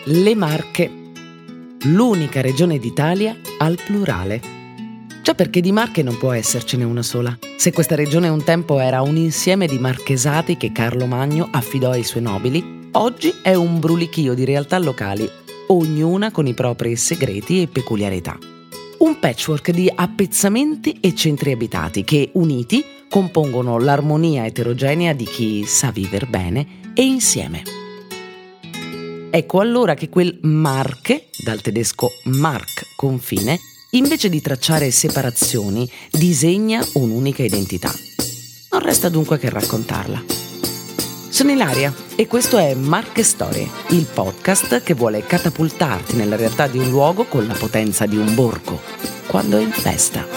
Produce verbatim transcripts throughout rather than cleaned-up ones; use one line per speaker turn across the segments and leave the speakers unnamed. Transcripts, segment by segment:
Le Marche, l'unica regione d'Italia al plurale. Già perché di Marche non può essercene una sola. Se questa regione un tempo era un insieme di marchesati che Carlo Magno affidò ai suoi nobili, oggi è un brulichio di realtà locali, ognuna con i propri segreti e peculiarità. Un patchwork di appezzamenti e centri abitati che, uniti, compongono l'armonia eterogenea di chi sa viver bene e insieme. Ecco allora che quel Marche, dal tedesco Mark, confine, invece di tracciare separazioni, disegna un'unica identità. Non resta dunque che raccontarla. Sono Ilaria e questo è Marche Storie, il podcast che vuole catapultarti nella realtà di un luogo con la potenza di un borgo, quando è in festa.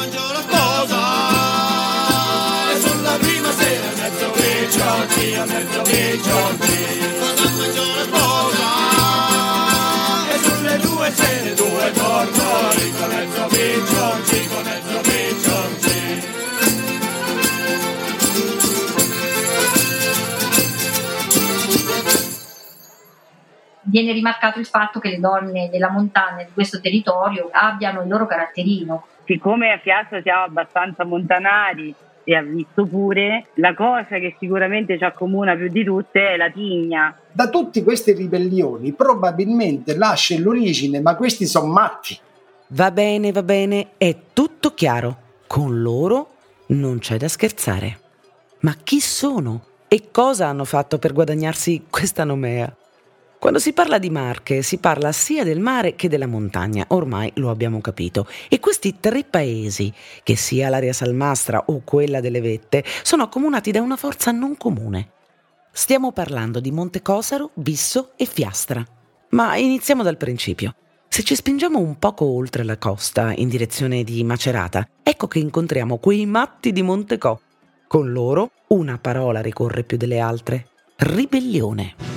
Viene rimarcato il fatto che le donne della montagna di questo territorio abbiano il loro caratterino.
Siccome a Fiastra siamo abbastanza montanari e ha visto pure, la cosa che sicuramente ci accomuna più di tutte è la tigna.
Da tutte queste ribellioni probabilmente nasce l'origine, ma questi sono matti.
Va bene, va bene, è tutto chiaro. Con loro non c'è da scherzare. Ma chi sono? E cosa hanno fatto per guadagnarsi questa nomea? Quando si parla di Marche si parla sia del mare che della montagna, ormai lo abbiamo capito. E questi tre paesi, che sia l'area salmastra o quella delle vette, sono accomunati da una forza non comune. Stiamo parlando di Montecosaro, Bisso e Fiastra. Ma iniziamo dal principio. Se ci spingiamo un poco oltre la costa, in direzione di Macerata, ecco che incontriamo quei matti di Montecò. Con loro una parola ricorre più delle altre: ribellione.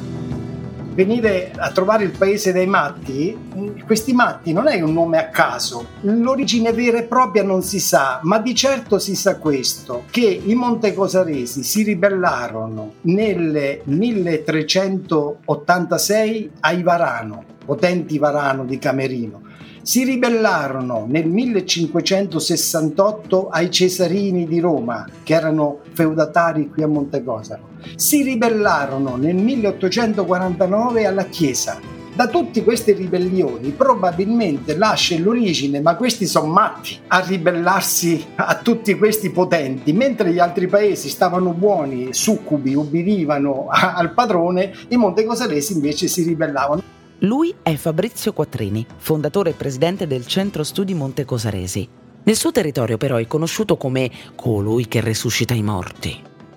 Venire a trovare il paese dei matti, questi matti non è un nome a caso, l'origine vera e propria non si sa, ma di certo si sa questo, che i montecosaresi si ribellarono nel milletrecentottantasei ai Varano, potenti Varano di Camerino. Si ribellarono nel millecinquecentosessantotto ai Cesarini di Roma, che erano feudatari qui a Montecosaro. Si ribellarono nel milleottocentoquarantanove alla Chiesa. Da tutte queste ribellioni probabilmente nasce l'origine, ma questi sono matti a ribellarsi a tutti questi potenti, mentre gli altri paesi stavano buoni, succubi, ubbidivano al padrone, i montecosaresi invece si ribellavano.
Lui è Fabrizio Quattrini, fondatore e presidente del Centro Studi Montecosaresi. Nel suo territorio però è conosciuto come colui che resuscita i morti.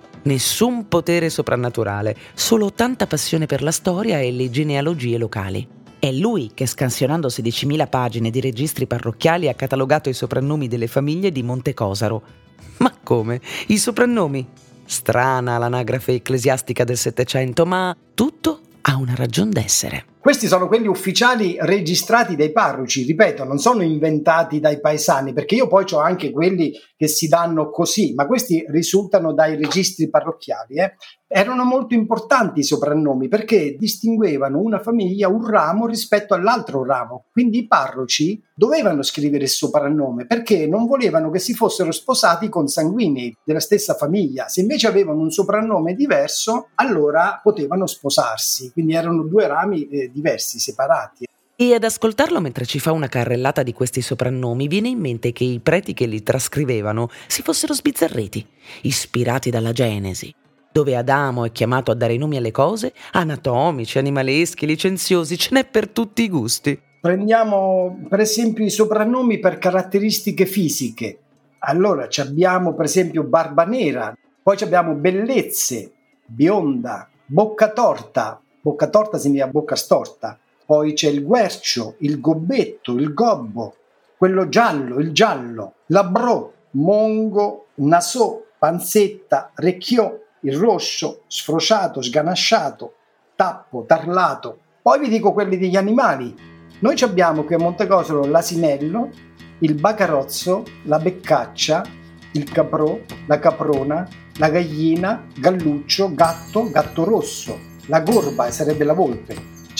Nessun potere soprannaturale, solo tanta passione per la storia e le genealogie locali. È lui che, scansionando sedicimila pagine di registri parrocchiali, ha catalogato i soprannomi delle famiglie di Montecosaro. Ma come? I soprannomi? Strana l'anagrafe ecclesiastica del Settecento, ma tutto ha una ragion d'essere.
Questi sono quelli ufficiali registrati dai parroci, ripeto, non sono inventati dai paesani, perché io poi ho anche quelli che si danno così, ma questi risultano dai registri parrocchiali. Eh. Erano molto importanti i soprannomi perché distinguevano una famiglia, un ramo rispetto all'altro ramo, quindi i parroci dovevano scrivere il soprannome perché non volevano che si fossero sposati consanguinei della stessa famiglia. Se invece avevano un soprannome diverso, allora potevano sposarsi, quindi erano due rami eh, diversi, separati.
E ad ascoltarlo mentre ci fa una carrellata di questi soprannomi viene in mente che i preti che li trascrivevano si fossero sbizzarriti, ispirati dalla Genesi, dove Adamo è chiamato a dare i nomi alle cose, anatomici, animaleschi, licenziosi, ce n'è per tutti i gusti.
Prendiamo per esempio i soprannomi per caratteristiche fisiche. Allora ci abbiamo per esempio Barba Nera, poi ci abbiamo Bellezze, Bionda, Bocca Torta, Bocca Torta significa bocca storta, poi c'è il Guercio, il Gobbetto, il Gobbo, quello giallo, il Giallo, Labrò, Mongo, Nasò, Panzetta, Recchiò, il Rosso, Sfrociato, Sganasciato, Tappo, Tarlato. Poi vi dico quelli degli animali. Noi abbiamo qui a Montecosaro l'asinello, il bacarozzo, la beccaccia, il caprò, la caprona, la gallina, galluccio, gatto, gatto rosso, la gorba sarebbe la volpe.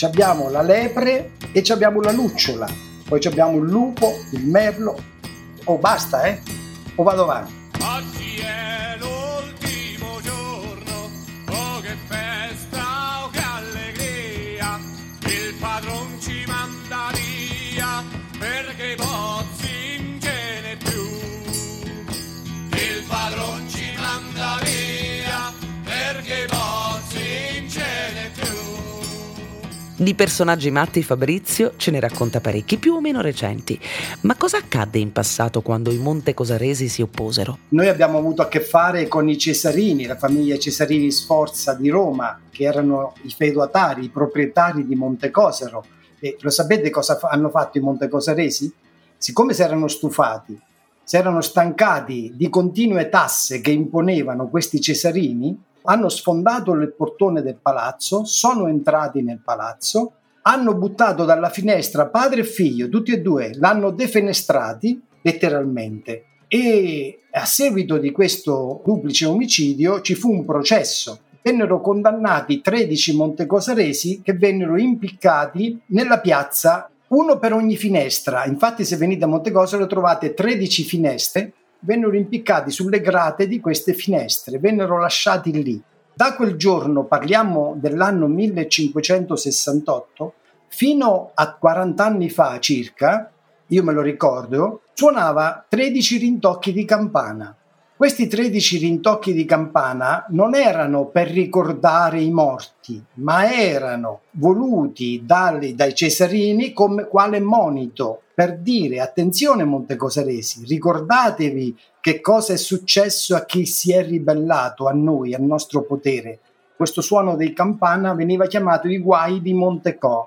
Ci abbiamo la lepre e ci abbiamo la lucciola, poi ci abbiamo il lupo, il merlo. Oh, basta, eh? O vado avanti?
Oggi è l'ultimo giorno, oh che festa, oh che allegria, il padron ci manda via, perché i pozzi non ce n'è più. Il padron ci manda via, perché i pozzi non ce n'è più.
Di personaggi matti Fabrizio ce ne racconta parecchi, più o meno recenti. Ma cosa accadde in passato quando i montecosaresi si opposero?
Noi abbiamo avuto a che fare con i Cesarini, la famiglia Cesarini Sforza di Roma, che erano i feudatari, i proprietari di Montecosaro. E lo sapete cosa fa- hanno fatto i montecosaresi? Siccome si erano stufati, si erano stancati di continue tasse che imponevano questi Cesarini, hanno sfondato il portone del palazzo, sono entrati nel palazzo, hanno buttato dalla finestra padre e figlio, tutti e due, l'hanno defenestrati letteralmente, e a seguito di questo duplice omicidio ci fu un processo. Vennero condannati tredici montecosaresi che vennero impiccati nella piazza, uno per ogni finestra. Infatti, se venite a Montecosaro trovate tredici finestre, vennero impiccati sulle grate di queste finestre, vennero lasciati lì. Da quel giorno, parliamo dell'anno millecinquecentosessantotto, fino a quaranta anni fa circa, io me lo ricordo, suonava tredici rintocchi di campana. Questi tredici rintocchi di campana non erano per ricordare i morti, ma erano voluti dai, dai Cesarini come quale monito per dire: attenzione montecosaresi, ricordatevi che cosa è successo a chi si è ribellato a noi, al nostro potere. Questo suono dei campana veniva chiamato i guai di Montecò,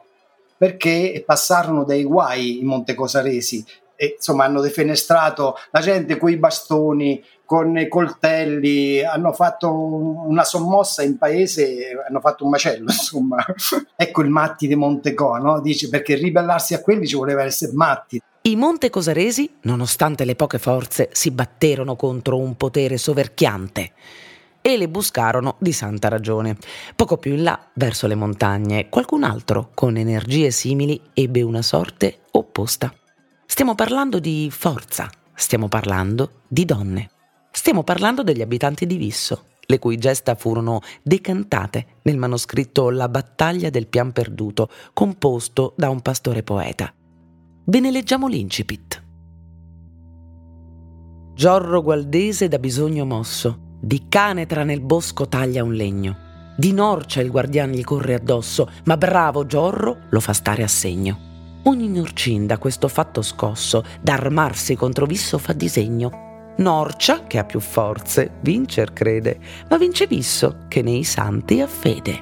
perché passarono dei guai i montecosaresi. E, insomma, hanno defenestrato la gente coi bastoni, con i coltelli, hanno fatto una sommossa in paese, hanno fatto un macello, insomma. Ecco il matti di Montecò, no? Dice, perché ribellarsi a quelli ci voleva essere matti.
I montecosaresi, nonostante le poche forze, si batterono contro un potere soverchiante e le buscarono di santa ragione. Poco più in là, verso le montagne, qualcun altro con energie simili ebbe una sorte opposta. Stiamo parlando di forza, stiamo parlando di donne, stiamo parlando degli abitanti di Visso, le cui gesta furono decantate nel manoscritto La battaglia del Pian Perduto, composto da un pastore poeta. Ve ne leggiamo l'incipit. Giorro gualdese da bisogno mosso, di canetra nel bosco taglia un legno, di norcia il guardian gli corre addosso, ma bravo Giorro lo fa stare a segno. Ogni norcin da questo fatto scosso, d'armarsi contro Visso fa disegno. Norcia, che ha più forze, vincer crede, ma vince Visso, che nei santi ha fede.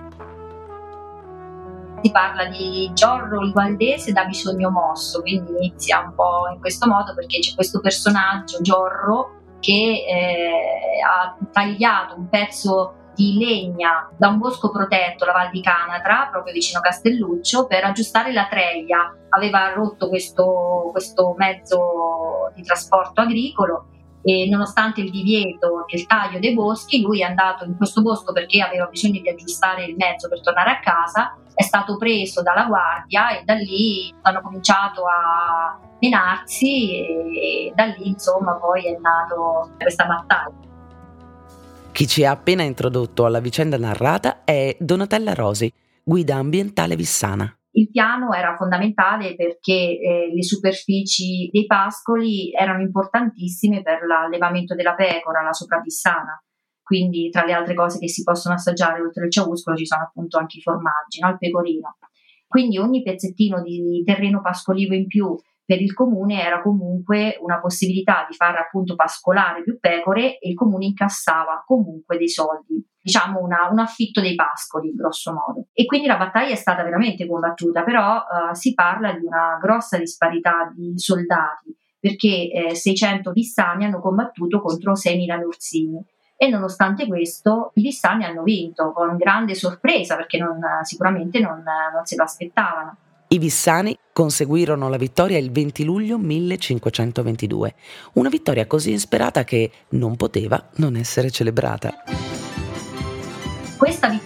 Si parla di Giorro il gualdese da bisogno mosso, quindi inizia un po' in questo modo, perché c'è questo personaggio, Giorro, che eh, ha tagliato un pezzo di legna da un bosco protetto, la Val di Canatra, proprio vicino a Castelluccio, per aggiustare la treglia. Aveva rotto questo, questo mezzo di trasporto agricolo e, nonostante il divieto del taglio dei boschi, lui è andato in questo bosco perché aveva bisogno di aggiustare il mezzo per tornare a casa. È stato preso dalla guardia e da lì hanno cominciato a menarsi e da lì, insomma, poi è nata questa battaglia.
Chi ci ha appena introdotto alla vicenda narrata è Donatella Rosi, guida ambientale vissana.
Il piano era fondamentale perché eh, le superfici dei pascoli erano importantissime per l'allevamento della pecora, la sopravvissana. Quindi, tra le altre cose che si possono assaggiare oltre il ciauscolo ci sono appunto anche i formaggi, no? Il pecorino. Quindi ogni pezzettino di terreno pascolivo in più per il comune era comunque una possibilità di far appunto pascolare più pecore, e il comune incassava comunque dei soldi, diciamo una, un affitto dei pascoli grosso modo. E quindi la battaglia è stata veramente combattuta, però uh, si parla di una grossa disparità di soldati, perché eh, seicento vissani hanno combattuto contro seimila nursini. E nonostante questo i vissani hanno vinto con grande sorpresa, perché non, sicuramente non, non se lo aspettavano.
I vissani conseguirono la vittoria il venti luglio millecinquecentoventidue, una vittoria così insperata che non poteva non essere celebrata.
Questa vittoria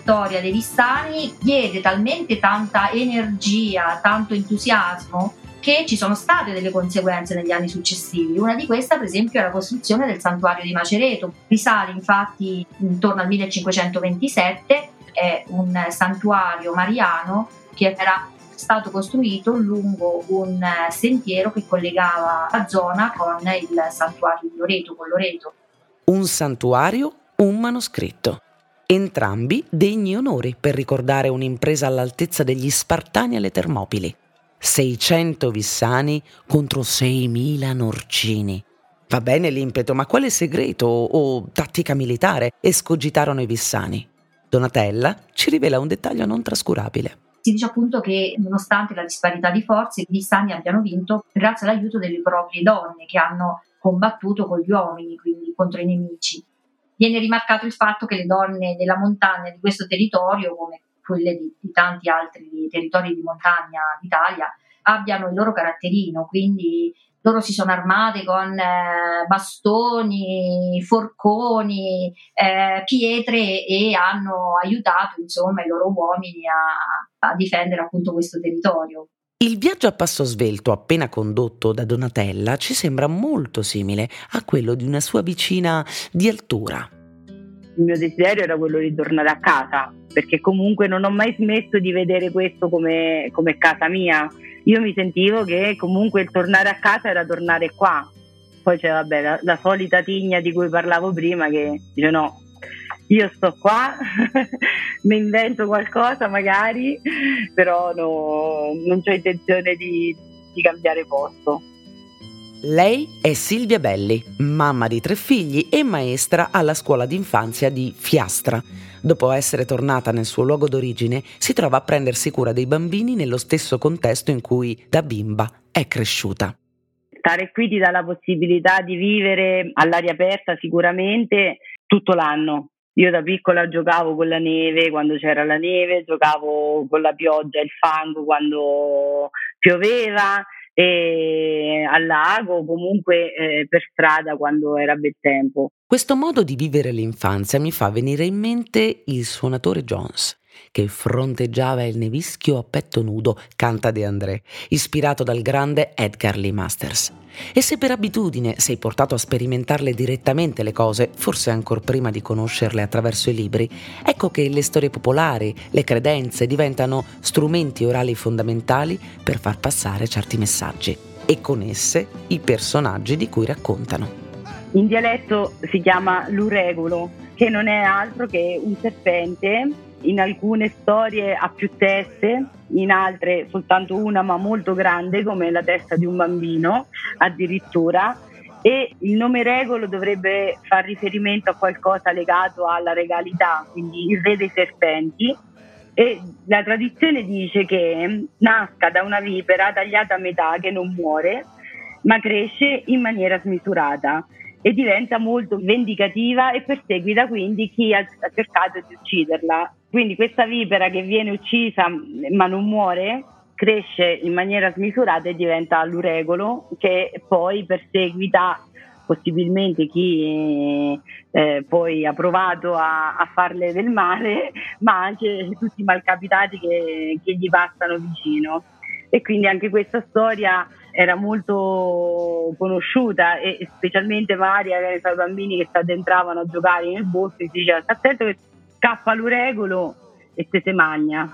storia dei Vissani diede talmente tanta energia, tanto entusiasmo, che ci sono state delle conseguenze negli anni successivi. Una di queste, per esempio, è la costruzione del santuario di Macereto. Risale infatti intorno al millecinquecentoventisette, è un santuario mariano che era stato costruito lungo un sentiero che collegava la zona con il santuario di Loreto, con Loreto.
Un santuario, un manoscritto. Entrambi degni onori per ricordare un'impresa all'altezza degli Spartani alle Termopili. seicento Vissani contro seimila Norcini. Va bene l'impeto, ma quale segreto o tattica militare escogitarono i Vissani? Donatella ci rivela un dettaglio non trascurabile.
Si dice appunto che nonostante la disparità di forze, i Vissani abbiano vinto grazie all'aiuto delle proprie donne che hanno combattuto con gli uomini, quindi contro i nemici. Viene rimarcato il fatto che le donne della montagna di questo territorio, come quelle di, di tanti altri territori di montagna d'Italia, abbiano il loro caratterino, quindi loro si sono armate con eh, bastoni, forconi, eh, pietre e hanno aiutato insomma i loro uomini a, a difendere appunto questo territorio.
Il viaggio a passo svelto appena condotto da Donatella ci sembra molto simile a quello di una sua vicina di altura.
Il mio desiderio era quello di tornare a casa, perché comunque non ho mai smesso di vedere questo come, come casa mia. Io mi sentivo che comunque il tornare a casa era tornare qua. Poi c'è vabbè, la, la solita tigna di cui parlavo prima che dice no, io sto qua, mi invento qualcosa magari, però no, non ho intenzione di, di cambiare posto.
Lei è Silvia Belli, mamma di tre figli e maestra alla scuola d'infanzia di Fiastra. Dopo essere tornata nel suo luogo d'origine, si trova a prendersi cura dei bambini nello stesso contesto in cui da bimba è cresciuta.
Stare qui ti dà la possibilità di vivere all'aria aperta sicuramente tutto l'anno. Io da piccola giocavo con la neve quando c'era la neve, giocavo con la pioggia e il fango quando pioveva, e al lago, comunque eh, per strada quando era bel tempo.
Questo modo di vivere l'infanzia mi fa venire in mente il suonatore Jones, che fronteggiava il nevischio a petto nudo, canta De André, ispirato dal grande Edgar Lee Masters. E se per abitudine sei portato a sperimentarle direttamente le cose, forse ancor prima di conoscerle attraverso i libri, ecco che le storie popolari, le credenze diventano strumenti orali fondamentali per far passare certi messaggi e con esse i personaggi di cui raccontano.
In dialetto si chiama luregolo, che non è altro che un serpente. In alcune storie ha più teste, in altre soltanto una ma molto grande come la testa di un bambino addirittura, e il nome regolo dovrebbe far riferimento a qualcosa legato alla regalità, quindi il re dei serpenti, e la tradizione dice che nasca da una vipera tagliata a metà che non muore ma cresce in maniera smisurata e diventa molto vendicativa e perseguita quindi chi ha cercato di ucciderla. Quindi questa vipera che viene uccisa ma non muore cresce in maniera smisurata e diventa l'uregolo, che poi perseguita possibilmente chi eh, poi ha provato a, a farle del male, ma anche tutti i malcapitati che, che gli passano vicino. E quindi anche questa storia era molto conosciuta, e specialmente Maria, che i bambini che si addentravano a giocare nel bosco, e si diceva sta attento che scappa l'uregolo e te se magna.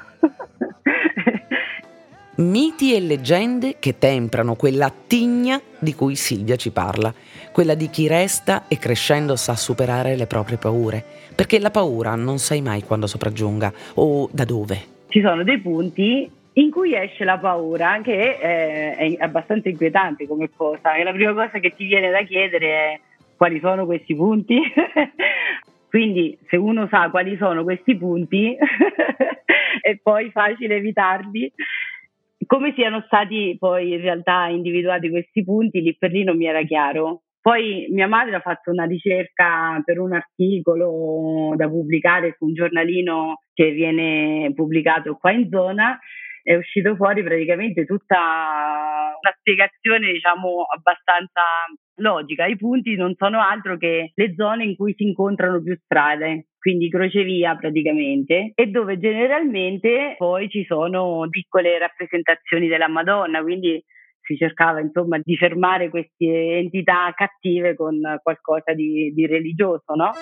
Miti e leggende che temprano quella tigna di cui Silvia ci parla, quella di chi resta e crescendo sa superare le proprie paure, perché la paura non sai mai quando sopraggiunga o da dove.
Ci sono dei punti in cui esce la paura, che è, è abbastanza inquietante come cosa, e la prima cosa che ti viene da chiedere è quali sono questi punti. Quindi se uno sa quali sono questi punti è poi facile evitarli. Come siano stati poi in realtà individuati questi punti, lì per lì non mi era chiaro. Poi mia madre ha fatto una ricerca per un articolo da pubblicare su un giornalino che viene pubblicato qua in zona. È uscito fuori praticamente tutta una spiegazione, diciamo, abbastanza logica. I punti non sono altro che le zone in cui si incontrano più strade. quindi crocevia praticamente, e dove generalmente poi ci sono piccole rappresentazioni della Madonna, quindi si cercava insomma di fermare queste entità cattive con qualcosa di, di religioso, no?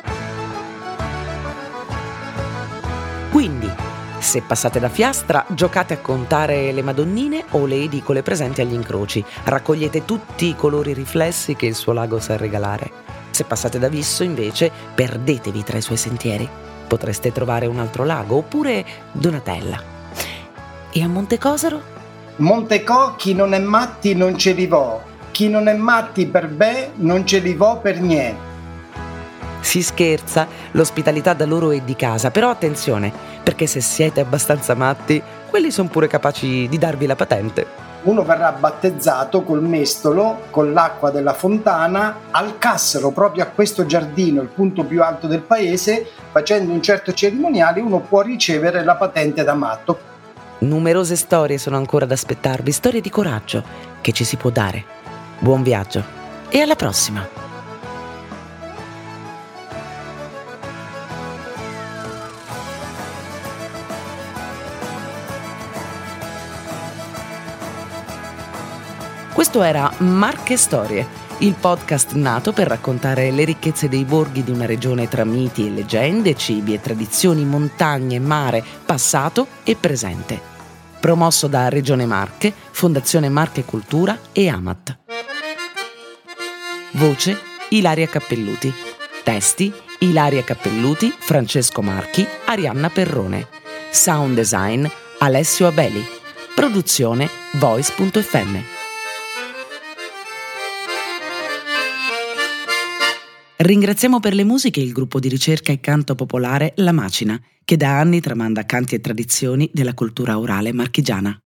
Quindi, se passate da Fiastra, giocate a contare le Madonnine o le edicole presenti agli incroci. Raccogliete tutti i colori riflessi che il suo lago sa regalare. Se passate da Visso, invece, perdetevi tra i suoi sentieri. Potreste trovare un altro lago, oppure Donatella. E a Montecosero?
Montecò, chi non è matti non ce li vo. Chi non è matti per be, non ce li vo per niente.
Si scherza, l'ospitalità da loro è di casa, però attenzione, perché se siete abbastanza matti, quelli sono pure capaci di darvi la patente.
Uno verrà battezzato col mestolo, con l'acqua della fontana, al Cassero, proprio a questo giardino, il punto più alto del paese, facendo un certo cerimoniale, uno può ricevere la patente da matto.
Numerose storie sono ancora da aspettarvi, storie di coraggio che ci si può dare. Buon viaggio e alla prossima! Questo era Marche Storie, il podcast nato per raccontare le ricchezze dei borghi di una regione tra miti e leggende, cibi e tradizioni, montagne, mare, passato e presente. Promosso da Regione Marche, Fondazione Marche Cultura e Amat. Voce Ilaria Cappelluti. Testi Ilaria Cappelluti, Francesco Marchi, Arianna Perrone. Sound design Alessio Abeli. Produzione voice punto effe emme. Ringraziamo per le musiche il gruppo di ricerca e canto popolare La Macina, che da anni tramanda canti e tradizioni della cultura orale marchigiana.